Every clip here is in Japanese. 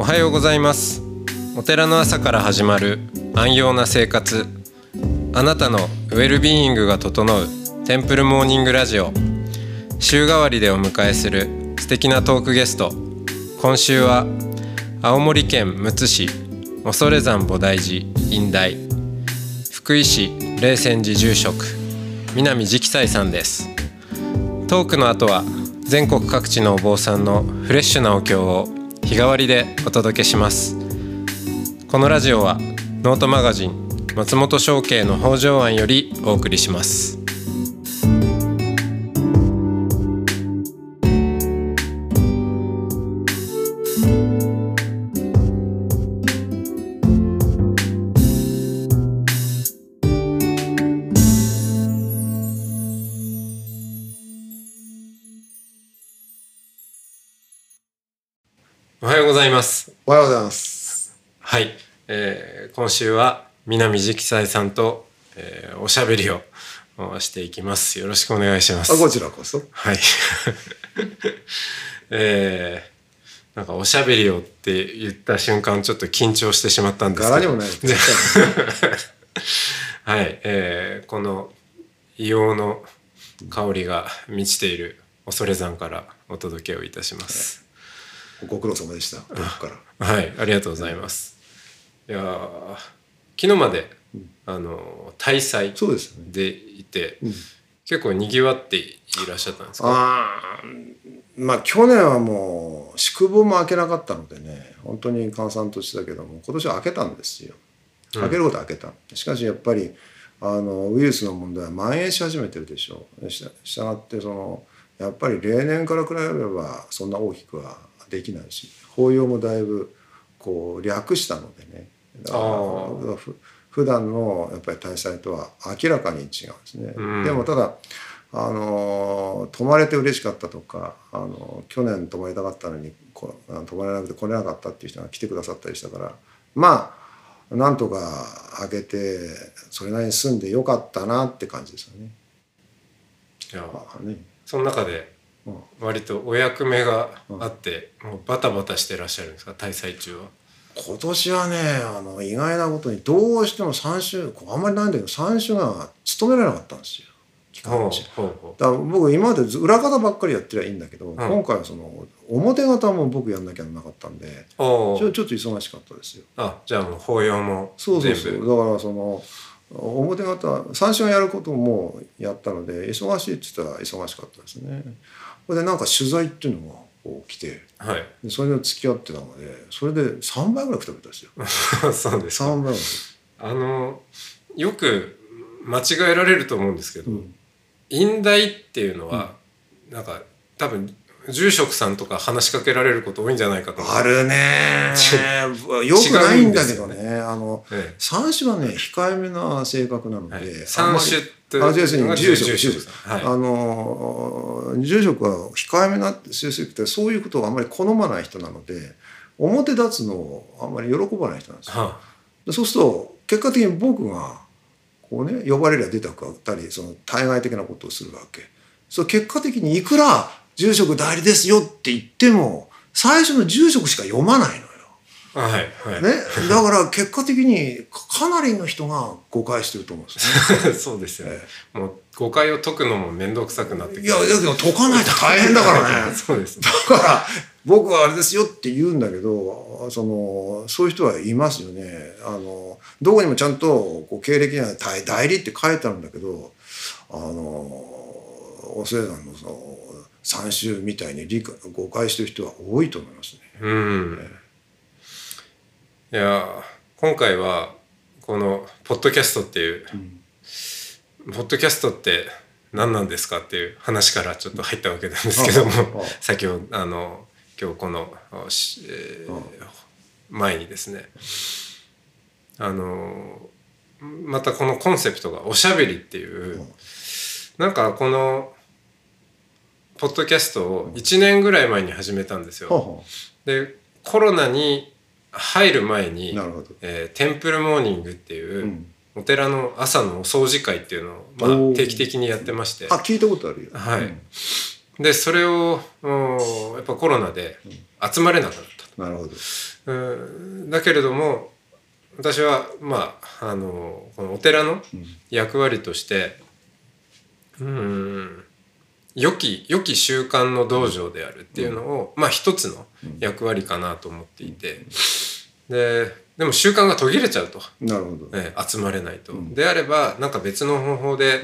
はようございます。お寺の朝から始まる安養な生活、あなたのウェルビーイングが整うテンプルモーニングラジオ。週替わりでお迎えする素敵なトークゲスト。今週は青森県むつ市恐山菩提寺院大福井市霊泉寺住職南直斎さんです。トークの後は全国各地のお坊さんのフレッシュなお経を日替わりでお届けします。このラジオはノートマガジン松本商家の北条庵よりお送りします。おはようございます。 おはようございます。 はい、今週は南直斎さんと、おしゃべりをしていきます。よろしくお願いします。 こちらこそ。 はい、なんかおしゃべりをって言った瞬間ちょっと緊張してしまったんですけど、 柄にもないはい、この硫黄の香りが満ちている恐山からお届けをいたします。 ご苦労様でした。僕から。 はい、ありがとうございます。いや昨日まで、大祭でいて、結構にぎわっていらっしゃったんですか？ まあ去年はもう宿坊も開けなかったのでね、本当に閑散としてたけども、今年は開けたんですよ。開けることは開けた。しかしやっぱりウイルスの問題は蔓延し始めてるでしょう。したがってやっぱり例年から比べればそんな大きくはできないし、法要もだいぶこう略したのでね、だから普段のやっぱり大祭とは明らかに違うんですね。でもただ泊まれて嬉しかったとか、去年泊まりたかったのに泊まれなくて来れなかったっていう人が来てくださったりしたから、まあなんとか開けてそれなりに住んでよかったなって感じですよね。 いや、その中で割とお役目があって、もうバタバタしてらっしゃるんですか、大祭中は？ 今年はね、意外なことにどうしても3週あんまりないんだけど3週が務められなかったんですよ。だから僕今まで裏方ばっかりやってりゃいいんだけど、今回は表方も僕やんなきゃなかったんで、ちょっと忙しかったですよ。 じゃあもう法要も全部。 そうだから表方三種がやることもやったので、忙しいって言ったら忙しかったですね。それでなんか取材っていうのがこう来て、 はい、 でそれで付き合ってたので、それで3倍ぐらい食べたんですよ。 そうですか。 3倍ぐらい。よく間違えられると思うんですけど、院大っていうのは、なんか多分住職さんとか話しかけられること多いんじゃないかと思う。 あるね。よくないんだけどね。三種はね控えめな性格なので、 三種って要するに住職さん、 住職は控えめな成績ってそういうことをあんまり好まない人なので、表立つのをあんまり喜ばない人なんですよ。そうすると結果的に僕がこうね呼ばれりゃ出たかったり対外的なことをするわけ。結果的にいくら住職代理ですよって言っても最初の住職しか読まないのよ。ね、だから結果的にかなりの人が誤解してると思うんですよね。 そうですよね。もう誤解を解くのも面倒くさくなってくる。 いやだけど解かないと大変だからね。 そうです、ね。 だから僕はあれですよって言うんだけど、そういう人はいますよね。どこにもちゃんとこう経歴には代理って書いてあるんだけど、お世話の三種みたいに誤解してる人は多いと思いますね。 いや今回はこのポッドキャストっていう、ポッドキャストって何なんですかっていう話からちょっと入ったわけなんですけども、先ほど今日この、前にですね、またこのコンセプトがおしゃべりっていう、なんかこのポッドキャストを1年ぐらい前に始めたんですよ。でコロナに入る前に、テンプルモーニングっていう、お寺の朝のお掃除会っていうのを、定期的にやってまして。 聞いたことあるよ。 はい。でそれをやっぱコロナで集まれなくなったと。 なるほど。 だけれども私はまあこのお寺の役割として、良き習慣の道場であるっていうのを、まあ一つの役割かなと思っていて、でも習慣が途切れちゃうと、 なるほど、 集まれないと、であればなんか別の方法で、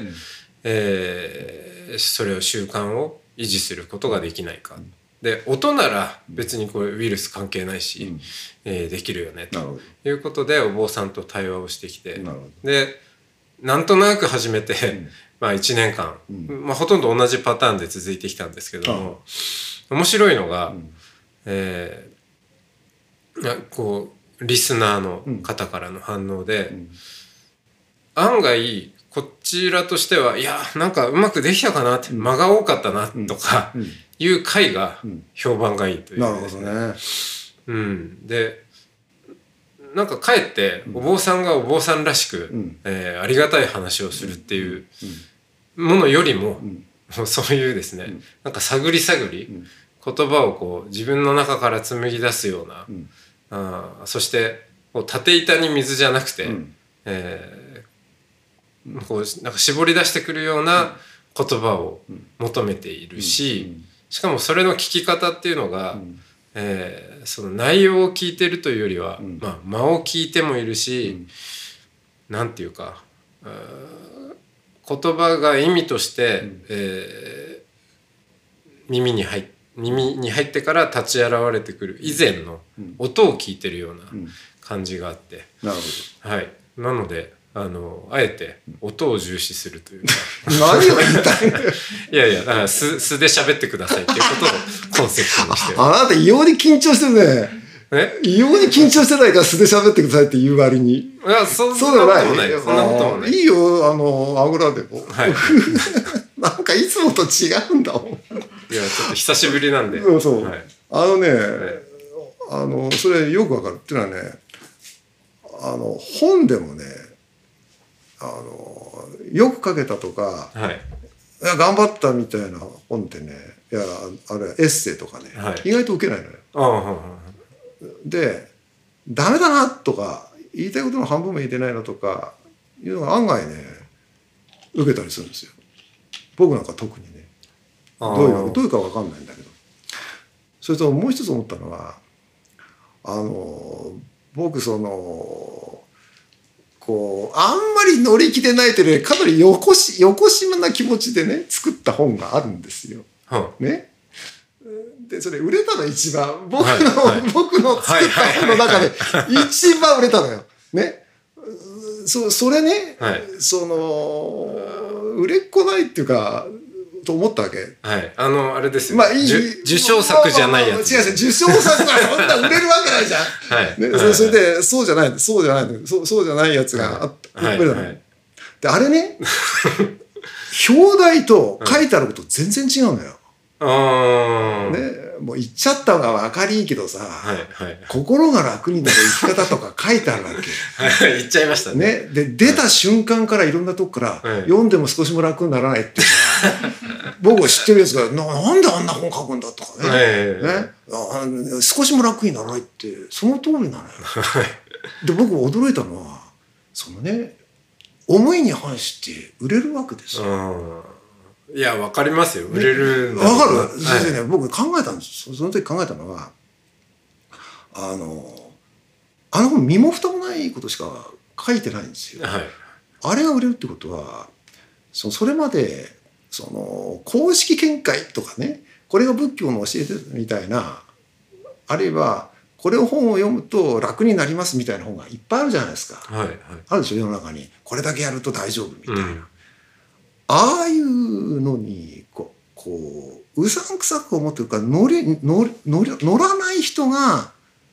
それを習慣を維持することができないか、で音なら別にこれウイルス関係ないし、できるよねということでお坊さんと対話をしてきて、でなんとなく始めて、まあ1年間、まあ、ほとんど同じパターンで続いてきたんですけども、面白いのが、こうリスナーの方からの反応で、案外こちらとしてはいやなんかうまくできたかなって、間が多かったなとかいう回が評判がいいという、 なるほどね。 でなんかかえってお坊さんがお坊さんらしく、ありがたい話をするっていうものよりも、そういうですね、なんか探り探り、言葉をこう自分の中から紡ぎ出すような、そしてこう縦板に水じゃなくて、こうなんか絞り出してくるような言葉を求めているし、しかもそれの聞き方っていうのが、その内容を聞いてるというよりは、まあ、間を聞いてもいるし、なんていうか言葉が意味として、耳に入ってから立ち現れてくる以前の音を聞いてるような感じがあって、 なるほど、 はい、なのであえて音を重視するというか何を言いたいのよいやいやだから素で喋ってくださいっていうことをコンセプトにしてあなた異様に緊張してるね。異様に緊張してないから素で喋ってくださいって言う割に。 いやそうでもない。 そんなこともない。 いいよあぐらでも。 はい、 なんかいつもと違うんだもん。いやちょっと久しぶりなんで。 そう。はい、それよくわかるっていうのはね、本でもね、よく書けたとか、いや頑張ったみたいな本ってね、いやあれエッセイとかね、意外と受けないのよ。でダメだなとか言いたいことの半分も言えてないのとかいうのが案外ね受けたりするんですよ。僕なんか特にね、どういうか分かんないんだけど。それともう一つ思ったのは僕こうあんまり乗り気でないというかなりよこしまな気持ちでね作った本があるんですよ。ね。でそれ売れたの一番僕の作った本の中で一番売れたのよ。ね。それね、売れっ子ないっていうかと思ったわけ。 はい、あれですよ。まあ受賞作じゃないやつ。 違う受賞作はそんな売れるわけないじゃん。はい。ね、それでそうじゃないやつがであれね表題と書いてあること全然違うのよ。ね、もう言っちゃった方が分かりいいけどさ、心が楽になる生き方とか書いてあるわけ。 言っちゃいましたね。 で出た瞬間からいろんなとこから、読んでも少しも楽にならないっていう僕が知ってるやつがなんであんな本書くんだとかね、少しも楽にならないってその通りなのよ。で僕驚いたのはそのね思いに反して売れるわけですよ。 いや分かりますよ、売れるんだ。 分かる。先生ね、僕考えたんです。その時考えたのはあの本身も蓋もないことしか書いてないんですよ。あれが売れるってことはそれまで公式見解とかね、これが仏教の教えてるみたいな、あるいはこれを本を読むと楽になりますみたいな本がいっぱいあるじゃないですか。あるでしょ世の中に。これだけやると大丈夫みたいな。ああいうのにこううさんくさく思ってるから乗らない人が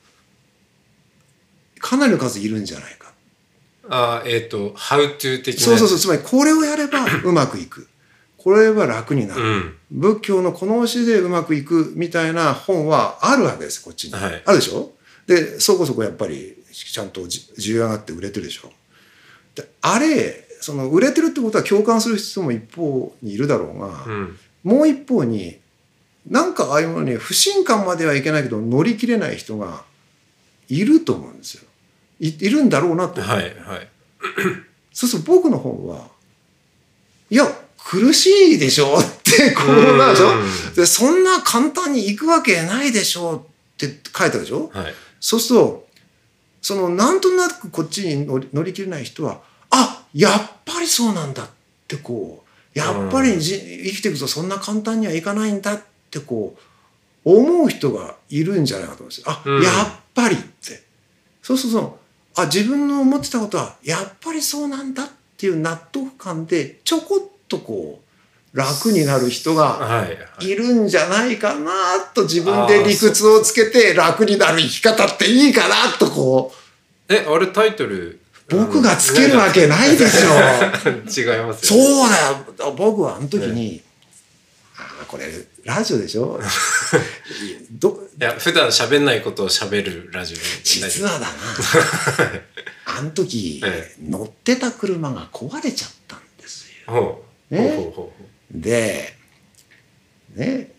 かなりの数いるんじゃないか。 How to 的な。 そうつまりこれをやればうまくいく、これをやれば楽になる、仏教のこの教えでうまくいくみたいな本はあるわけですこっちに、あるでしょ。でそこそこやっぱりちゃんと需要があって売れてるでしょ。であれ売れてるってことは共感する人も一方にいるだろうが、もう一方になんかああいうものに不信感まではいけないけど乗り切れない人がいると思うんですよ。いるんだろうなと。 はいはい。 そうすると僕の方はいや苦しいでしょってこうなんでしょ。でそんな簡単に行くわけないでしょって書いてあるでしょ。 はい、 そうするとそのなんとなくこっちに乗り切れない人はあやっぱりそうなんだってこうやっぱり生きていくとそんな簡単にはいかないんだってこう思う人がいるんじゃないかと思うんですよ。やっぱりって。そうすると自分の思ってたことはやっぱりそうなんだっていう納得感でちょこっとこう楽になる人がいるんじゃないかなと自分で理屈をつけて楽になる生き方っていいかなとこう。あれタイトル僕がつけるわけないでしょ。違いますよ、ね。 そうだよ。僕はあの時に、これラジオでしょ。 いや普段喋んないことを喋るラジオ。 実はだな。あの時、乗ってた車が壊れちゃったんですよ。で、ね、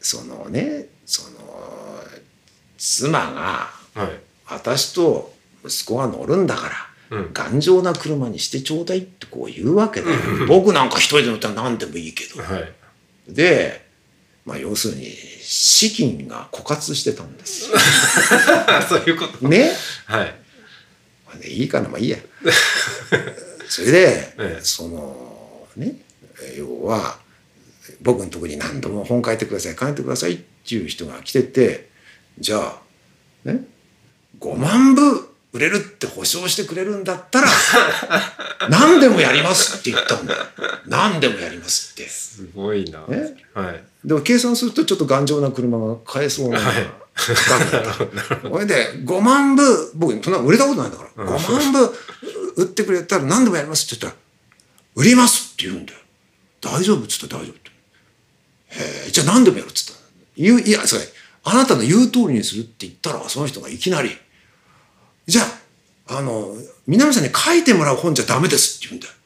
妻が、私と息子が乗るんだから、頑丈な車にしてちょうだいってこう言うわけだよ。僕なんか一人で乗ったら何でもいいけど。で、要するに資金が枯渇してたんですよ。 そういうこと。 ね。 はい。 いいかな、いいや。それで、要は僕のところに何度も本書いてください書いてくださいっていう人が来てて、じゃあね5万部売れるって保証してくれるんだったら何でもやりますって言ったんだよ。何でもやりますって。 すごいな。はい。 でも計算するとちょっと頑丈な車が買えそうな。それで5万部僕そんな売れたことないんだから5万部売ってくれたら何でもやりますって言ったら売りますって言うんだよ。大丈夫っつったら大丈夫って。じゃあ何でもやるっつったらいやそれあなたの言う通りにするって言ったらその人がいきなりじゃあ南さんに書いてもらう本じゃダメですって言うんだよ。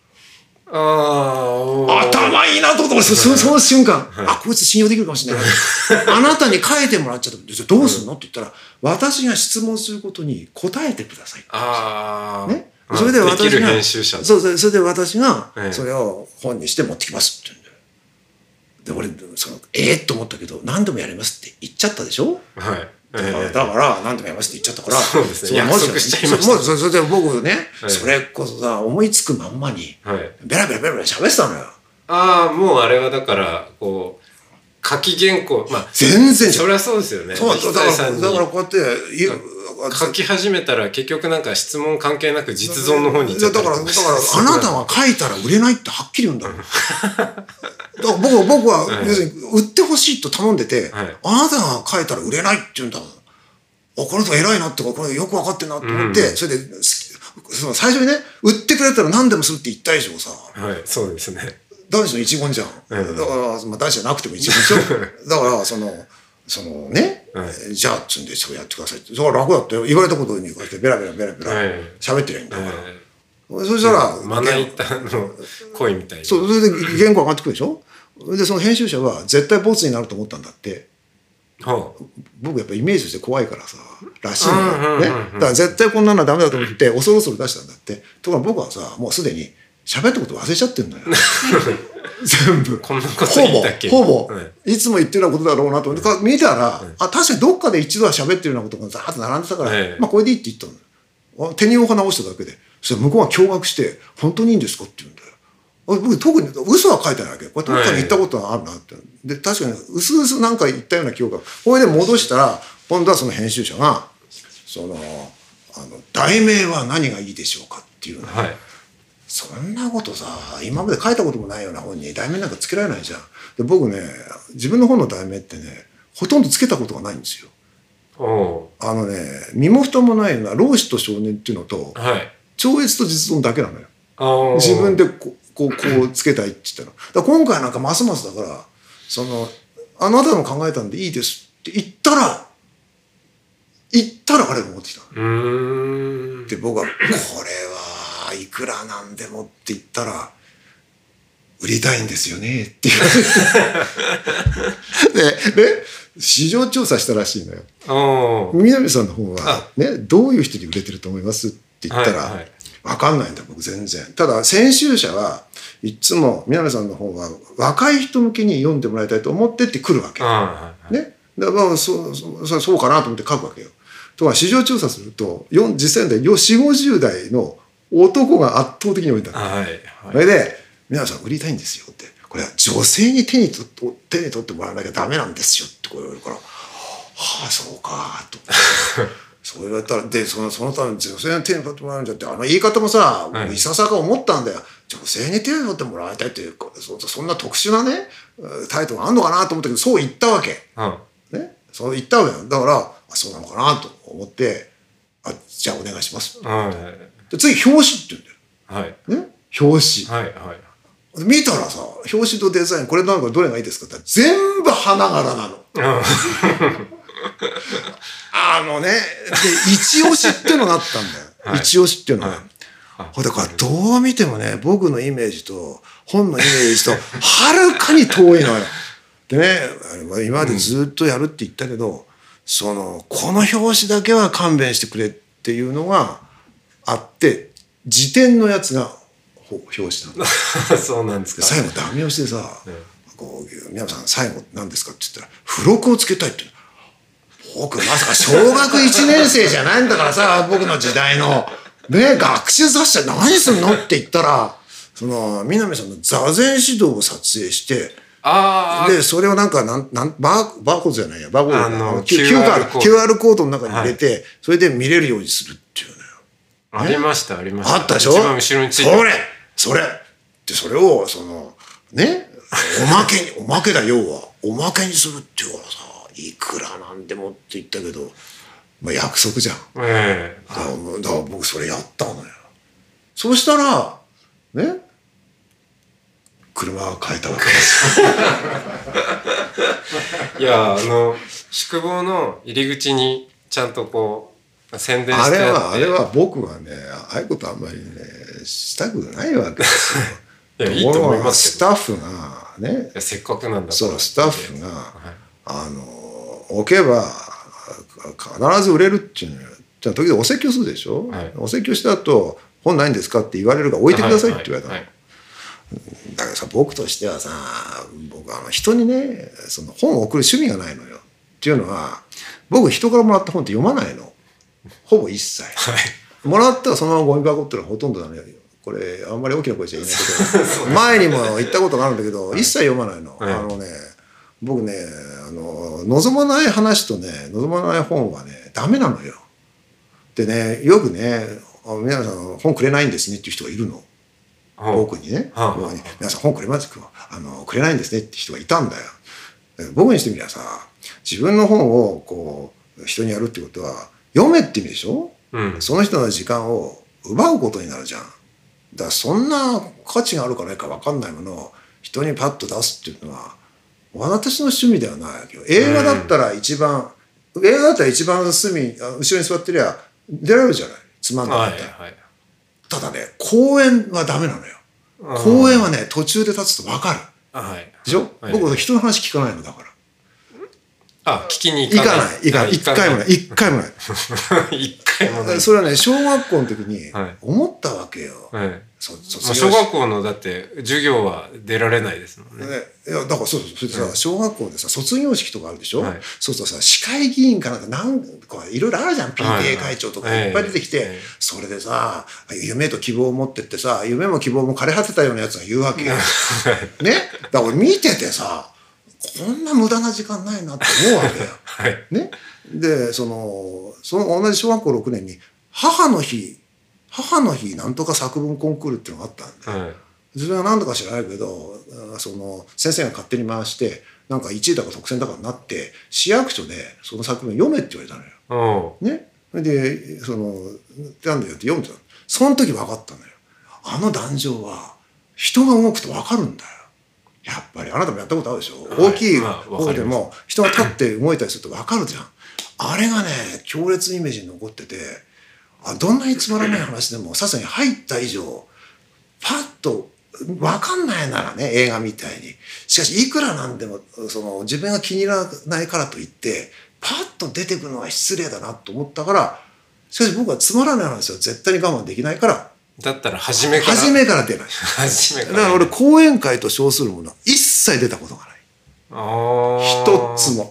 頭いいなと思ってその瞬間、こいつ信用できるかもしれないあなたに書いてもらっちゃった。じゃあどうするのって言ったら私が質問することに答えてください。ね。それで私がそれで私がそれを本にして持ってきますって言うんだよ。で俺と思ったけど何でもやりますって言っちゃったでしょ。はい。だから何でもやりますって言っちゃったからそうですね。約束しちゃいました。 それで僕ね、それこそさ思いつくまんまにベラベラベラベラ喋ってたのよ。 もうあれはだからこう書き原稿全然そりゃそうですよね。 だからこうやって書き始めたら結局なんか質問関係なく実存の方に行っちゃったりとか。 だからあなたが書いたら売れないってはっきり言うんだもん。だから僕は要するに売ってほしいと頼んでて、あなたが書いたら売れないって言うんだもん。この人偉いなってこれよく分かってんなと思って、それで最初にね売ってくれたら何でもするって言った以上さ。 はい、そうですね。 男子の一言じゃん。だから男子じゃなくても一言でしょ。だからね、じゃあつんでそうやってくださいって。それは楽だって言われたことにこうやってベラベラベラベラ喋ってりゃいいんだから。そしたらまな板の声みたいな。 そう、それで原稿上がってくるでしょ。でその編集者は絶対ボツになると思ったんだって。僕やっぱイメージとして怖いからさらしいのね。だから絶対こんなのはダメだと思って恐る恐る出したんだって。ところが僕はさもうすでに喋ったこと忘れちゃってるんだよ。全部こんなこと言ったっけ。 ほぼいつも言ってるようなことだろうなと思って見たら確かにどっかで一度は喋ってるようなことがザーッと並んでたからこれでいいって言ったの。手にお花直しただけでそしたら向こうが驚愕して「本当にいいんですか?」って言うんだよ。僕特に嘘は書いてないわけ。これどっかに言ったことがあるなって。で確かに薄々なんか言ったような記憶がこれで戻したら今度はその編集者が題名は何がいいでしょうかっていうの、そんなことさ今まで書いたこともないような本に題名なんかつけられないじゃん。で僕ね自分の本の題名ってねほとんどつけたことがないんですよ。身も蓋もないような老子と少年っていうのと、超越と実存だけなのよ。自分でこうつけたいって言ったら今回なんかますますだからあなたの考えたんでいいですって言ったらあれが持ってきた。で僕はこれはいくらなんでもって言ったら売りたいんですよねって言われてで、ね、市場調査したらしいのよ。南さんの方は、ね、どういう人に売れてると思いますって言ったら、はいはい、分かんないんだ僕全然。ただ編集者はいつも南さんの方は若い人向けに読んでもらいたいと思ってって来るわけ、はいはい、ね、だからそうかなと思って書くわけよ。とは市場調査すると実際で4050代の男が圧倒的に多いんだ、はいはい、それで南さん売りたいんですよって、これは女性に手に取ってもらわなきゃダメなんですよってこう言われるから、はあそうかとそう言われたら、でそのために女性に手に取ってもらうんじゃって、言い方もさ、はい、いささか思ったんだよ。女性に手に取ってもらいたいっていうそんな特殊なねタイトルがあるのかなと思ったけど、そう言ったわけ、ね、そう言ったわけよ。だからそうなのかなと思って、じゃあお願いします、で次表紙って言うんだよ、はいね、表紙、はいはい、見たらさ、表紙とデザインこれなんかどれがいいですかって全部花柄なの。で一押しっていうのがあったんだよ、はい、一押しっていうのが、はい、だからどう見てもね、僕のイメージと本のイメージとはるかに遠いのよ。でね、今までずっとやるって言ったけど、この表紙だけは勘弁してくれっていうのがあって、辞典のやつが表紙なんだそうなんですか。最後ダメ押しでさ、皆さん最後何ですかって言ったら付録をつけたいって。僕まさか小学1年生じゃないんだからさ、僕の時代のね、学習雑誌は何すんのって言ったら、南さんの座禅指導を撮影して、でそれをなんかバーコードじゃないや、バーコードQR コードの中に入れて、はい、それで見れるようにするっていうのよ。 ありましたありました。 あったでしょ。 一番後ろについてそれで、それをね、おまけだ、要はおまけにするっていうからさ、いくらなんでもって言ったけど、約束じゃん、だから僕それやったのよ。そうしたらね、車が買えたわけですいや、宿坊の入り口にちゃんとこう宣伝してあれは僕はね、ああいうことあんまりねしたくないわけですよ。いや、いいと思いますけど、スタッフがね、 せっかくなんだから、 そうスタッフが、はい、置けば必ず売れるっていうのよ。じゃあ時々お説教するでしょ、はい、お説教した後本ないんですかって言われるから置いてくださいって言われたの、はいはいはい、だからさ、僕としてはさ、僕人にね本を送る趣味がないのよ。っていうのは、僕人からもらった本って読まないの、ほぼ一切、はい、もらったらそのままゴミ箱ってのはほとんどダメよ。これあんまり大きな声じゃ言えないけど前にも言ったことがあるんだけど、はい、一切読まないの、はい、僕ね、望まない話とね、望まない本はねダメなのよ。でね、よくね、皆さん本くれないんですねっていう人がいるの、僕にね、皆さん本くれますか、くれないんですねって人がいたんだよ。僕にしてみればさ、自分の本をこう人にやるってことは読めって意味でしょ、うん、その人の時間を奪うことになるじゃん。だからそんな価値があるかないか分かんないものを人にパッと出すっていうのは私の趣味ではないわけよ。映画だったら一番隅後ろに座ってりゃ出られるじゃない、つまんなかったら、はいはい、ただね、公演はダメなのよ。公演はね途中で立つと分かる、はい、でしょ、はい、僕人の話聞かないのだから。 聞きに行かない。 一回もない一回もない。それはね、小学校の時に思ったわけよ、はい、 小学校のだって授業は出られないですもんね。 いやだからそうそれでさ、小学校でさ卒業式とかあるでしょ、はい、そうするとさ、市会議員かなんかいろいろあるじゃん、 PTA 会長とかいっぱい出てきて、それでさ、夢と希望を持ってってさ、夢も希望も枯れ果てたようなやつが言うわけよね。だから見ててさ、こんな無駄な時間ないなって思うわけよ、はい、ね。でその同じ小学校6年に母の日なんとか作文コンクールっていうのがあったんで、はい、それは何だか知らないけど、先生が勝手に回してなんか1位だか特選だかになって、市役所でその作文読めって言われたのよ、ね。でなんだよって読んでたの。その時分かったのよ。あの壇上は人が動くと分かるんだよ。やっぱりあなたもやったことあるでしょ、はい、大きい方でも人が立って動いたりすると分かるじゃんあれがね強烈イメージに残ってて、どんなにつまらない話でもさすがに入った以上パッと分かんないならね、映画みたいに。しかしいくらなんでも自分が気に入らないからといってパッと出てくるのは失礼だなと思ったから、しかし僕はつまらない話は絶対に我慢できないから、 だったら初めから出ない。 初めかだからら俺講演会と称するものは一切出たことがない。一つも。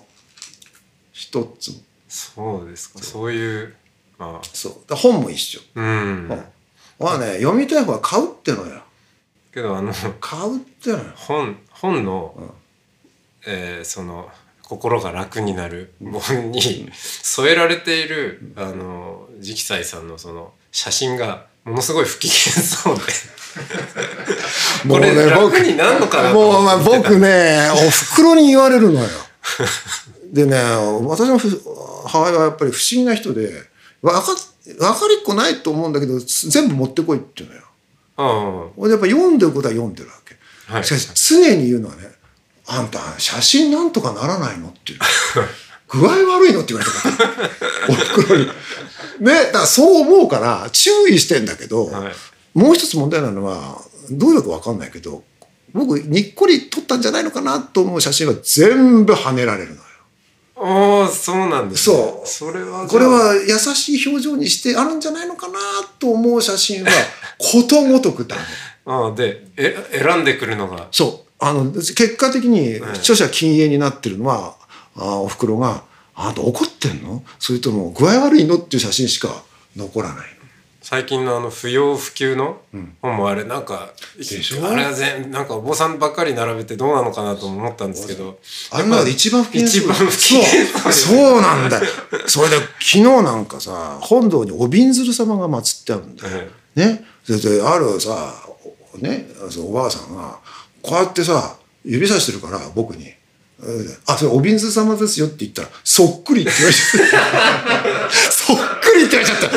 そうですか。そういう、 そうだ本も一緒。 うんまあね、読みたい方は買うってのよ。 けど買うってのよ。 本の、その心が楽になる本に添えられている直斎さんのその写真がものすごい不機嫌そうでこれ楽になるのかなと思ってた。 僕ね、おふくろに言われるのよ。でね、私の母親はやっぱり不思議な人で、分かりっこないと思うんだけど全部持ってこいっていうのよ。俺やっぱ読んでることは読んでるわけ。しかし常に言うのはね、あんた写真なんとかならないのっていう具合悪いのって言われたからおふくろにね。だからそう思うから注意してんだけど、もう一つ問題なのはどういうわかんないけど、僕にっこり撮ったんじゃないのかなと思う写真が全部跳ねられるのよ。 そうなんですね。 そう。これは優しい表情にしてあるんじゃないのかなと思う写真はことごとくダメ。 で選んでくるのが結果的に著者禁煙になってるのは、おふくろが「あんた怒ってんの？それとも具合悪いの？」っていう写真しか残らないの。 最近の不要不急の本もあれなんかあれはなんかお坊さんばっかり並べてどうなのかなと思ったんですけど、 あんなで一番不機嫌そうなんだよ。それで昨日なんかさ、本堂におびんずる様が祀ってあるんだよ、ね。それであるさね、おばあさんがこうやってさ指さしてるから僕に「それおびんずる様ですよ」って言ったらそっくりって言われちゃったそっくりって言われちゃった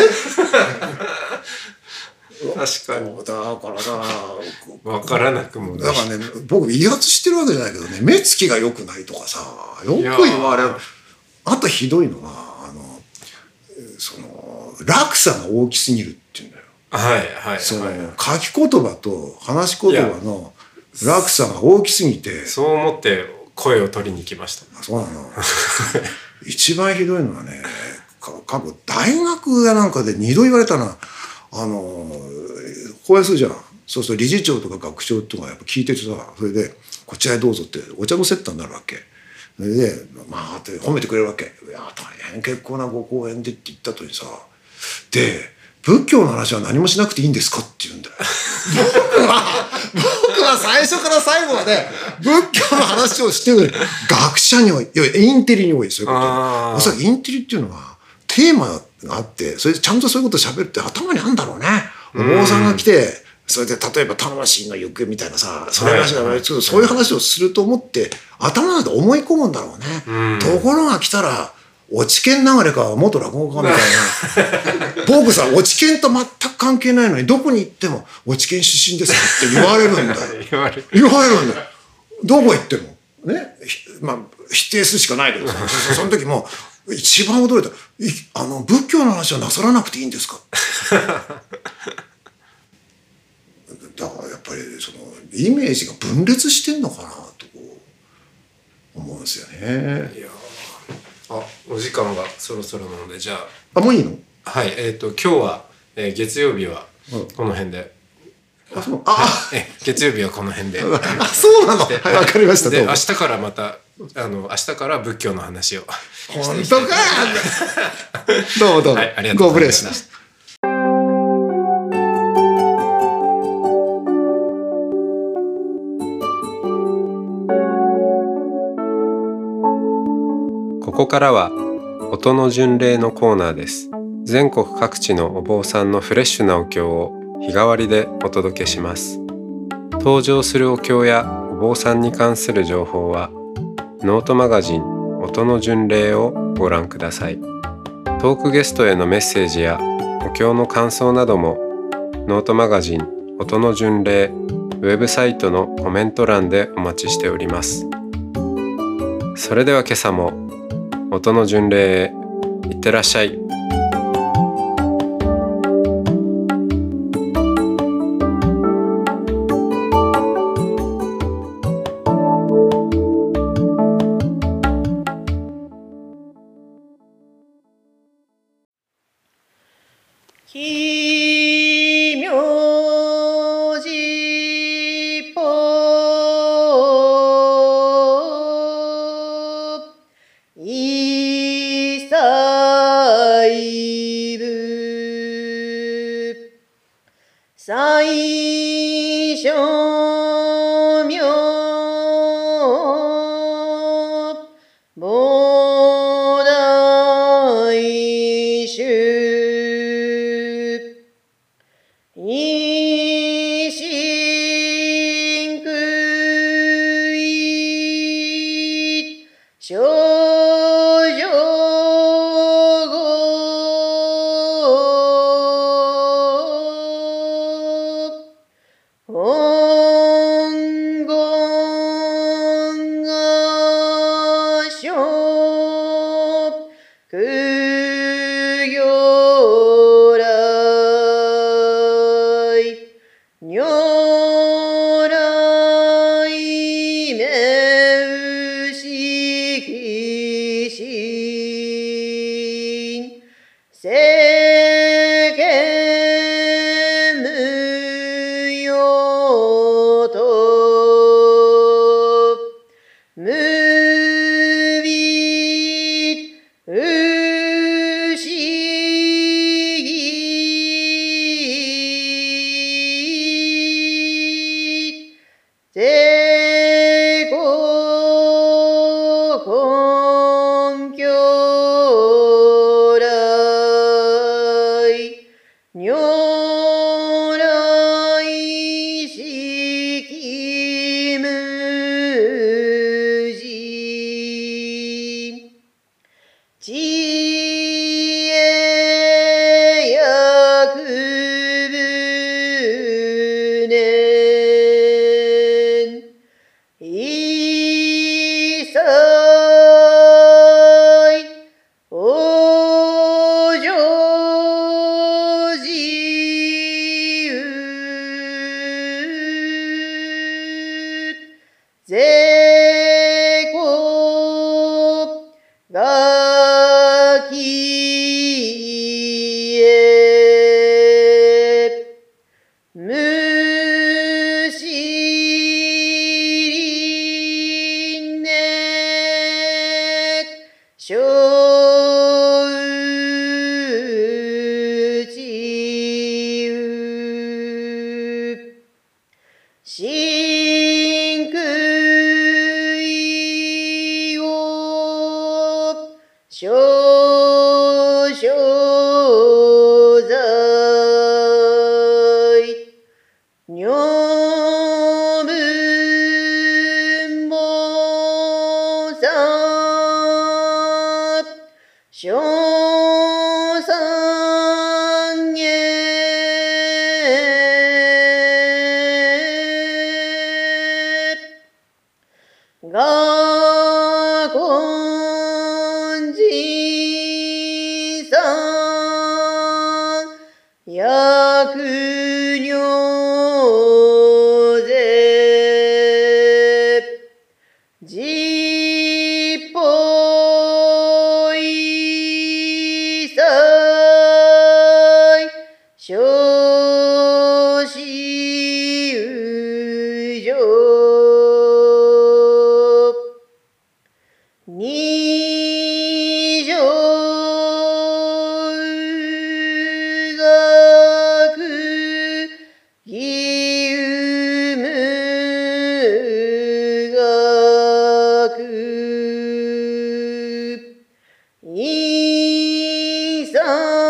確かに。 だからさ分からなくもない。 だからね、僕威圧してるわけじゃないけどね、目つきが良くないとかさよく言われる。あとひどいのが落差が大きすぎるっていうんだよ。書き言葉と話し言葉の落差が大きすぎて、 そう思って声を取りに来ました。 そうなの一番ひどいのはね、過去大学やなんかで2度言われたな。講演するじゃん。そうすると理事長とか学長とかやっぱ聞いててさ、それで「こちらへどうぞ」ってお茶のセットになるわけ。それでって褒めてくれるわけ。「いや大変結構なご講演で」って言った後にさ、で仏教の話は何もしなくていいんですかって言うんだよ。僕は最初から最後まで仏教の話をしてる学者に多い、インテリに多い、そういうこと。おそらくインテリっていうのはテーマがあって、それでちゃんとそういうことを喋るって頭にあるんだろうね。お坊さんが来て、それで例えば魂の行方みたいなさ、そういう話をすると思って頭の中で思い込むんだろうね。ところが来たら落研流れか元落語家みたいな僕さ、落研と全く関係ないのにどこに行っても落研出身ですって言われるんだよ言われるんだよ。どこ行ってもね、否定するしかないけどさその時も一番驚いた「仏教の話はなさらなくていいんですか?」だからやっぱりイメージが分裂してんのかなと思うんですよね。 いやお時間がそろそろなので、じゃあもういいの？ はい、今日は、月曜日はこの辺で、月曜日はこの辺でそうなの。はい、わかりました。 で明日からまた明日から仏教の話を本当かどうも、はい、 ありがとうございました。ここからは音の巡礼のコーナーです。全国各地のお坊さんのフレッシュなお経を日替わりでお届けします。登場するお経やお坊さんに関する情報はノートマガジン音の巡礼をご覧ください。トークゲストへのメッセージやお経の感想などもノートマガジン音の巡礼ウェブサイトのコメント欄でお待ちしております。それでは今朝も音の巡礼へいってらっしゃい。 是故根拠来如来式無尽知恵薬分一切往生自由是故がきえ無視輪廻小宇宙真空意を少々在女分母さ小三元が根人さ薬女税実法一切小子有情二乗学義有無学一切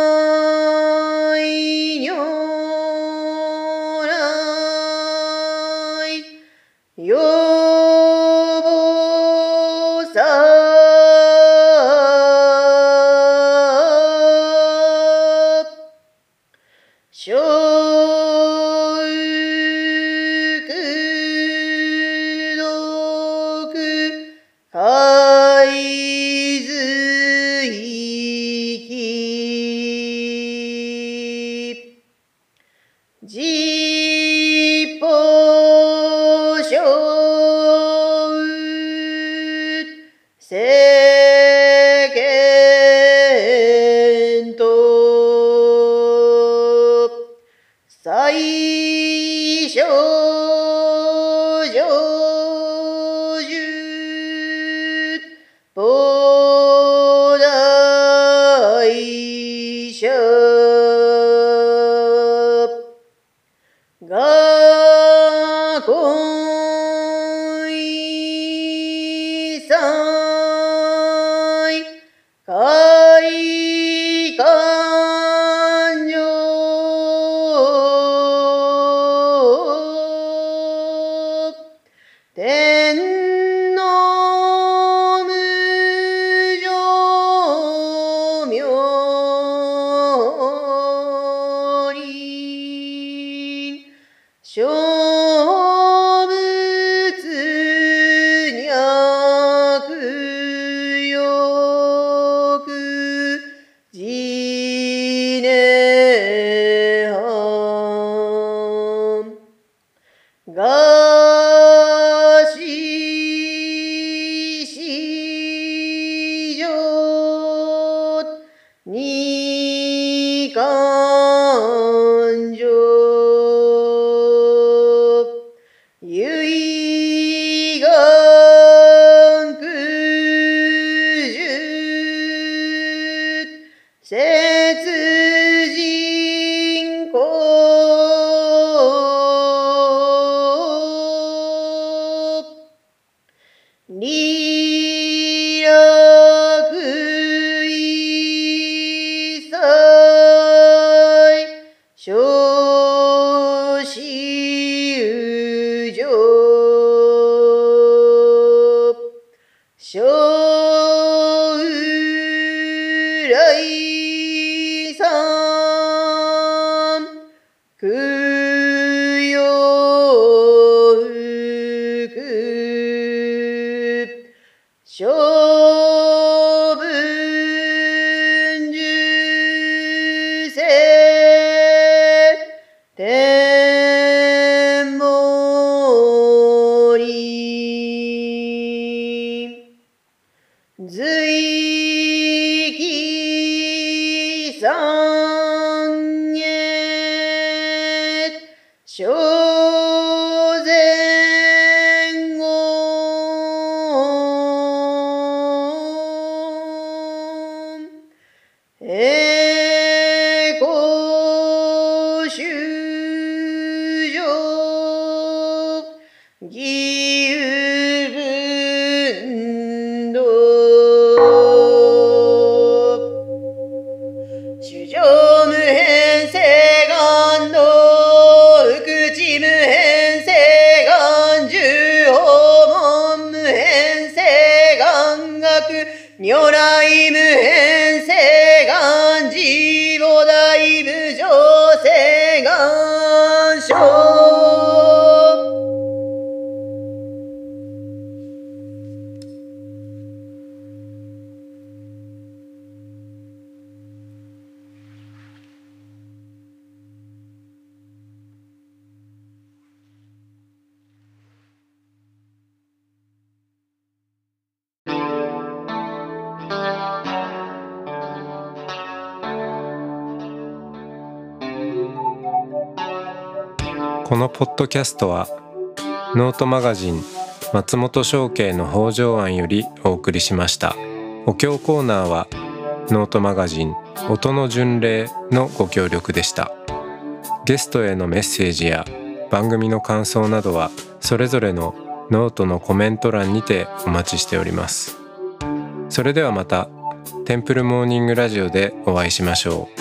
如来予防さ小空毒海水域実法小世間と最小上寿菩提者が根一切開感情天の無常妙理小仏脈欲自念犯がし市場に感情唯願苦寿節人公利楽一切小子有情小来三供養福小文殊世天盛随喜三月小前言栄光修上義勇分道主上無変性願道福地無変性願十法門無変性願学如来無変性願自母大無常性願生このポッドキャストはノートマガジン松本正慶の北条庵よりお送りしました。お経コーナーはノートマガジン音の巡礼のご協力でした。ゲストへのメッセージや番組の感想などはそれぞれのノートのコメント欄にてお待ちしております。それではまたテンプルモーニングラジオでお会いしましょう。